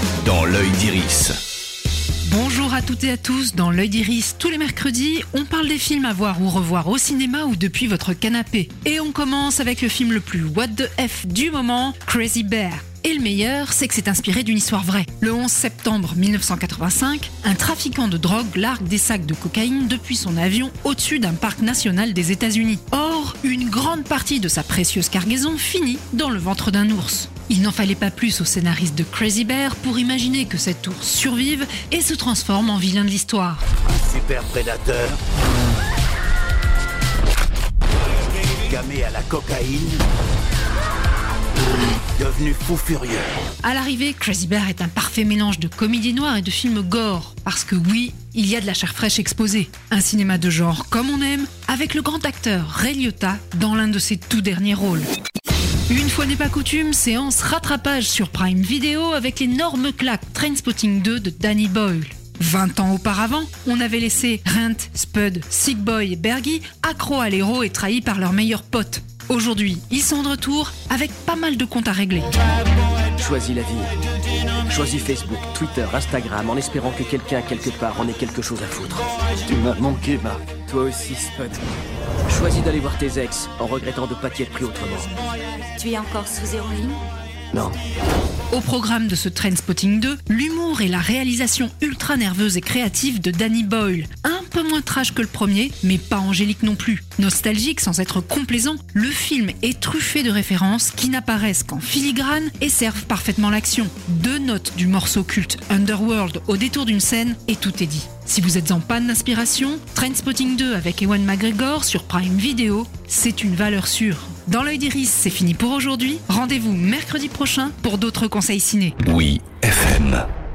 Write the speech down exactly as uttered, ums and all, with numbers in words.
dans l'œil d'Iris. Bonjour à toutes et à tous, dans l'œil d'Iris, tous les mercredis, on parle des films à voir ou revoir au cinéma ou depuis votre canapé. Et on commence avec le film le plus what the F du moment, Crazy Bear. Et le meilleur, c'est que c'est inspiré d'une histoire vraie. Le onze septembre mille neuf cent quatre-vingt-cinq, un trafiquant de drogue largue des sacs de cocaïne depuis son avion au-dessus d'un parc national des États-Unis. Or, une grande partie de sa précieuse cargaison finit dans le ventre d'un ours. Il n'en fallait pas plus au scénariste de Crazy Bear pour imaginer que cet ours survive et se transforme en vilain de l'histoire. Un super prédateur, gamé à la cocaïne, devenu fou furieux. À l'arrivée, Crazy Bear est un parfait mélange de comédie noire et de film gore. Parce que oui, il y a de la chair fraîche exposée. Un cinéma de genre comme on aime, avec le grand acteur Ray Liotta dans l'un de ses tout derniers rôles. Une fois n'est pas coutume, séance rattrapage sur Prime Video avec l'énorme claque Trainspotting deux de Danny Boyle. vingt ans auparavant, on avait laissé Rent, Spud, Sick Boy et Bergy accros à l'héros et trahis par leurs meilleurs potes. Aujourd'hui, ils sont de retour avec pas mal de comptes à régler. Choisis la vie. Choisis Facebook, Twitter, Instagram, en espérant que quelqu'un quelque part en ait quelque chose à foutre. Tu m'as manqué, Marc. Toi aussi, Spud. Choisis d'aller voir tes ex, en regrettant de pas t'y être pris autrement. Tu es encore sous héroïne ? Non. Au programme de ce Trainspotting deux, l'humour et la réalisation ultra nerveuse et créative de Danny Boyle. Un peu moins trash que le premier, mais pas angélique non plus. Nostalgique sans être complaisant, le film est truffé de références qui n'apparaissent qu'en filigrane et servent parfaitement l'action. Deux notes du morceau culte Underworld au détour d'une scène et tout est dit. Si vous êtes en panne d'inspiration, Trainspotting deux avec Ewan McGregor sur Prime Video, c'est une valeur sûre. Dans l'œil d'Iris, c'est fini pour aujourd'hui. Rendez-vous mercredi prochain pour d'autres conseils ciné. Oui, F M.